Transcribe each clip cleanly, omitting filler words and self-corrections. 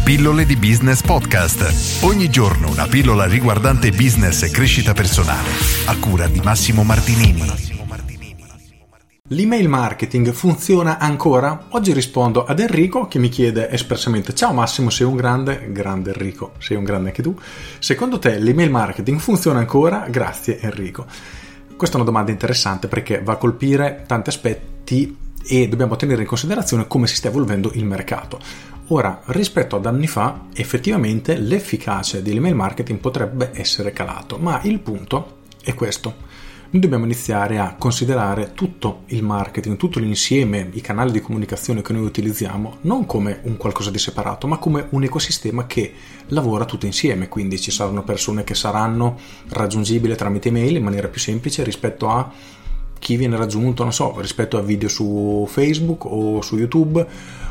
Pillole di Business Podcast. Ogni giorno una pillola riguardante business e crescita personale. A cura di Massimo Martinini. L'email marketing funziona ancora? Oggi rispondo ad Enrico che mi chiede espressamente: ciao Massimo, sei un grande Enrico, sei un grande anche tu. Secondo te l'email marketing funziona ancora? Grazie Enrico. Questa è una domanda interessante perché va a colpire tanti aspetti e dobbiamo tenere in considerazione come si sta evolvendo il mercato. Ora, rispetto ad anni fa, effettivamente l'efficacia dell'email marketing potrebbe essere calato, ma il punto è questo. Noi dobbiamo iniziare a considerare tutto il marketing, tutto l'insieme, i canali di comunicazione che noi utilizziamo, non come un qualcosa di separato, ma come un ecosistema che lavora tutto insieme. Quindi ci saranno persone che saranno raggiungibili tramite email in maniera più semplice rispetto a chi viene raggiunto, non so, rispetto a video su Facebook o su YouTube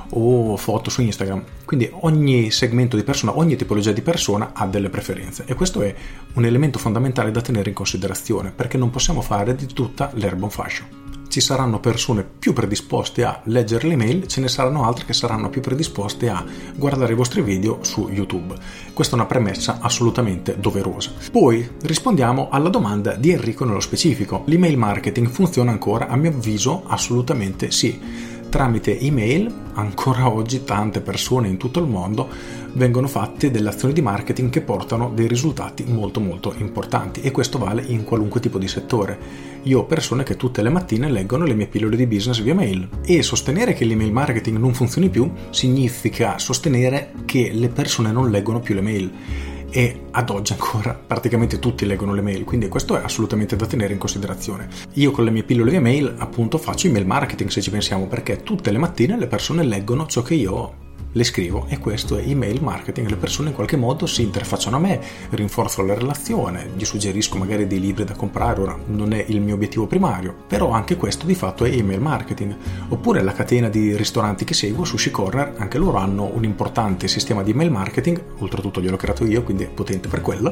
o foto su Instagram. Quindi ogni segmento di persona, ogni tipologia di persona ha delle preferenze e questo è un elemento fondamentale da tenere in considerazione, perché non possiamo fare di tutta l'erba un fascio. Ci saranno persone più predisposte a leggere le mail, ce ne saranno altre che saranno più predisposte a guardare i vostri video su YouTube. Questa è una premessa assolutamente doverosa. Poi rispondiamo alla domanda di Enrico nello specifico. L'email marketing funziona ancora? A mio avviso assolutamente sì. Tramite email, ancora oggi tante persone in tutto il mondo vengono fatte delle azioni di marketing che portano dei risultati molto importanti, e questo vale in qualunque tipo di settore. Io ho persone che tutte le mattine leggono le mie pillole di business via mail, e sostenere che l'email marketing non funzioni più significa sostenere che le persone non leggono più le mail. E ad oggi ancora praticamente tutti leggono le mail, quindi questo è assolutamente da tenere in considerazione. Io con le mie pillole via mail appunto faccio email marketing, se ci pensiamo, perché tutte le mattine le persone leggono ciò che io le scrivo, e questo è email marketing. Le persone in qualche modo si interfacciano a me, rinforzo la relazione, gli suggerisco magari dei libri da comprare. Ora non è il mio obiettivo primario, però anche questo di fatto è email marketing. Oppure la catena di ristoranti che seguo, Sushi Corner, anche loro hanno un importante sistema di email marketing, oltretutto gliel'ho creato io, quindi è potente per quello.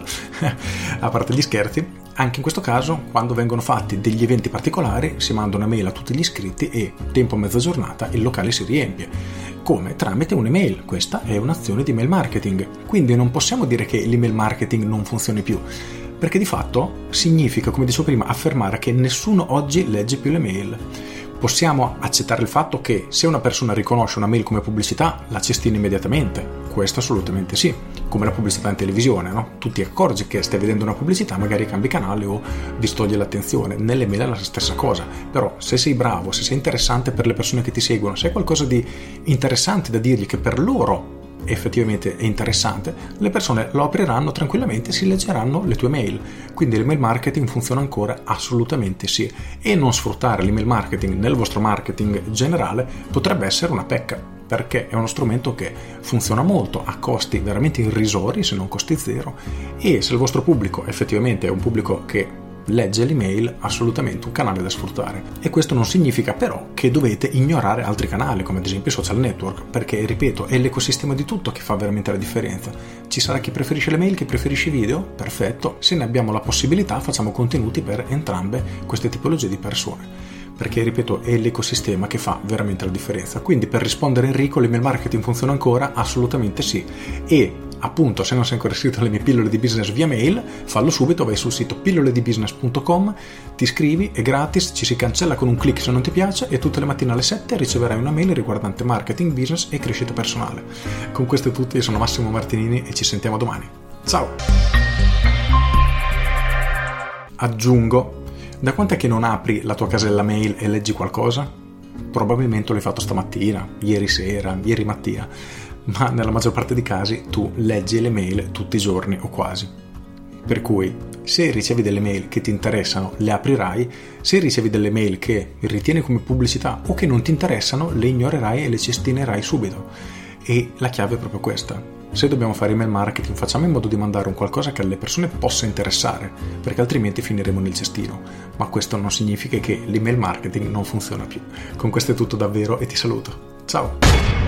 A parte gli scherzi, anche in questo caso quando vengono fatti degli eventi particolari si manda una mail a tutti gli iscritti e tempo mezza giornata il locale si riempie. Come? Tramite un'email. Questa è un'azione di email marketing. Quindi non possiamo dire che l'email marketing non funzioni più, perché di fatto significa, come dicevo prima, affermare che nessuno oggi legge più le mail. Possiamo accettare il fatto che se una persona riconosce una mail come pubblicità la cestina immediatamente. Questo assolutamente sì, come la pubblicità in televisione, no? Tu ti accorgi che stai vedendo una pubblicità, magari cambi canale o distogli l'attenzione. Nelle mail è la stessa cosa, però se sei bravo, se sei interessante per le persone che ti seguono, se hai qualcosa di interessante da dirgli che per loro effettivamente è interessante, le persone lo apriranno tranquillamente e si leggeranno le tue mail. Quindi l'email marketing funziona ancora? Assolutamente sì, e non sfruttare l'email marketing nel vostro marketing generale potrebbe essere una pecca, perché è uno strumento che funziona molto a costi veramente irrisori, se non costi zero, e se il vostro pubblico effettivamente è un pubblico che legge l'email, assolutamente un canale da sfruttare. E questo non significa però che dovete ignorare altri canali, come ad esempio i social network, perché ripeto, è l'ecosistema di tutto che fa veramente la differenza. Ci sarà chi preferisce le mail, chi preferisce i video, perfetto, se ne abbiamo la possibilità facciamo contenuti per entrambe queste tipologie di persone, perché ripeto è l'ecosistema che fa veramente la differenza. Quindi per rispondere a Enrico, l'email marketing funziona ancora? Assolutamente sì. E appunto, se non sei ancora iscritto alle mie pillole di business via mail, fallo subito, vai sul sito pilloledibusiness.com, ti iscrivi, è gratis, ci si cancella con un click se non ti piace, e tutte le mattine alle 7 riceverai una mail riguardante marketing, business e crescita personale. Con questo è tutto, io sono Massimo Martinini e ci sentiamo domani. Ciao! Aggiungo, da quant'è che non apri la tua casella mail e leggi qualcosa? Probabilmente l'hai fatto stamattina, ieri sera, ieri mattina, ma nella maggior parte dei casi tu leggi le mail tutti i giorni o quasi. Per cui se ricevi delle mail che ti interessano le aprirai, se ricevi delle mail che ritieni come pubblicità o che non ti interessano le ignorerai e le cestinerai subito. E la chiave è proprio questa: se dobbiamo fare email marketing facciamo in modo di mandare un qualcosa che alle persone possa interessare, perché altrimenti finiremo nel cestino. Ma questo non significa che l'email marketing non funziona più. Con questo è tutto davvero e ti saluto. Ciao!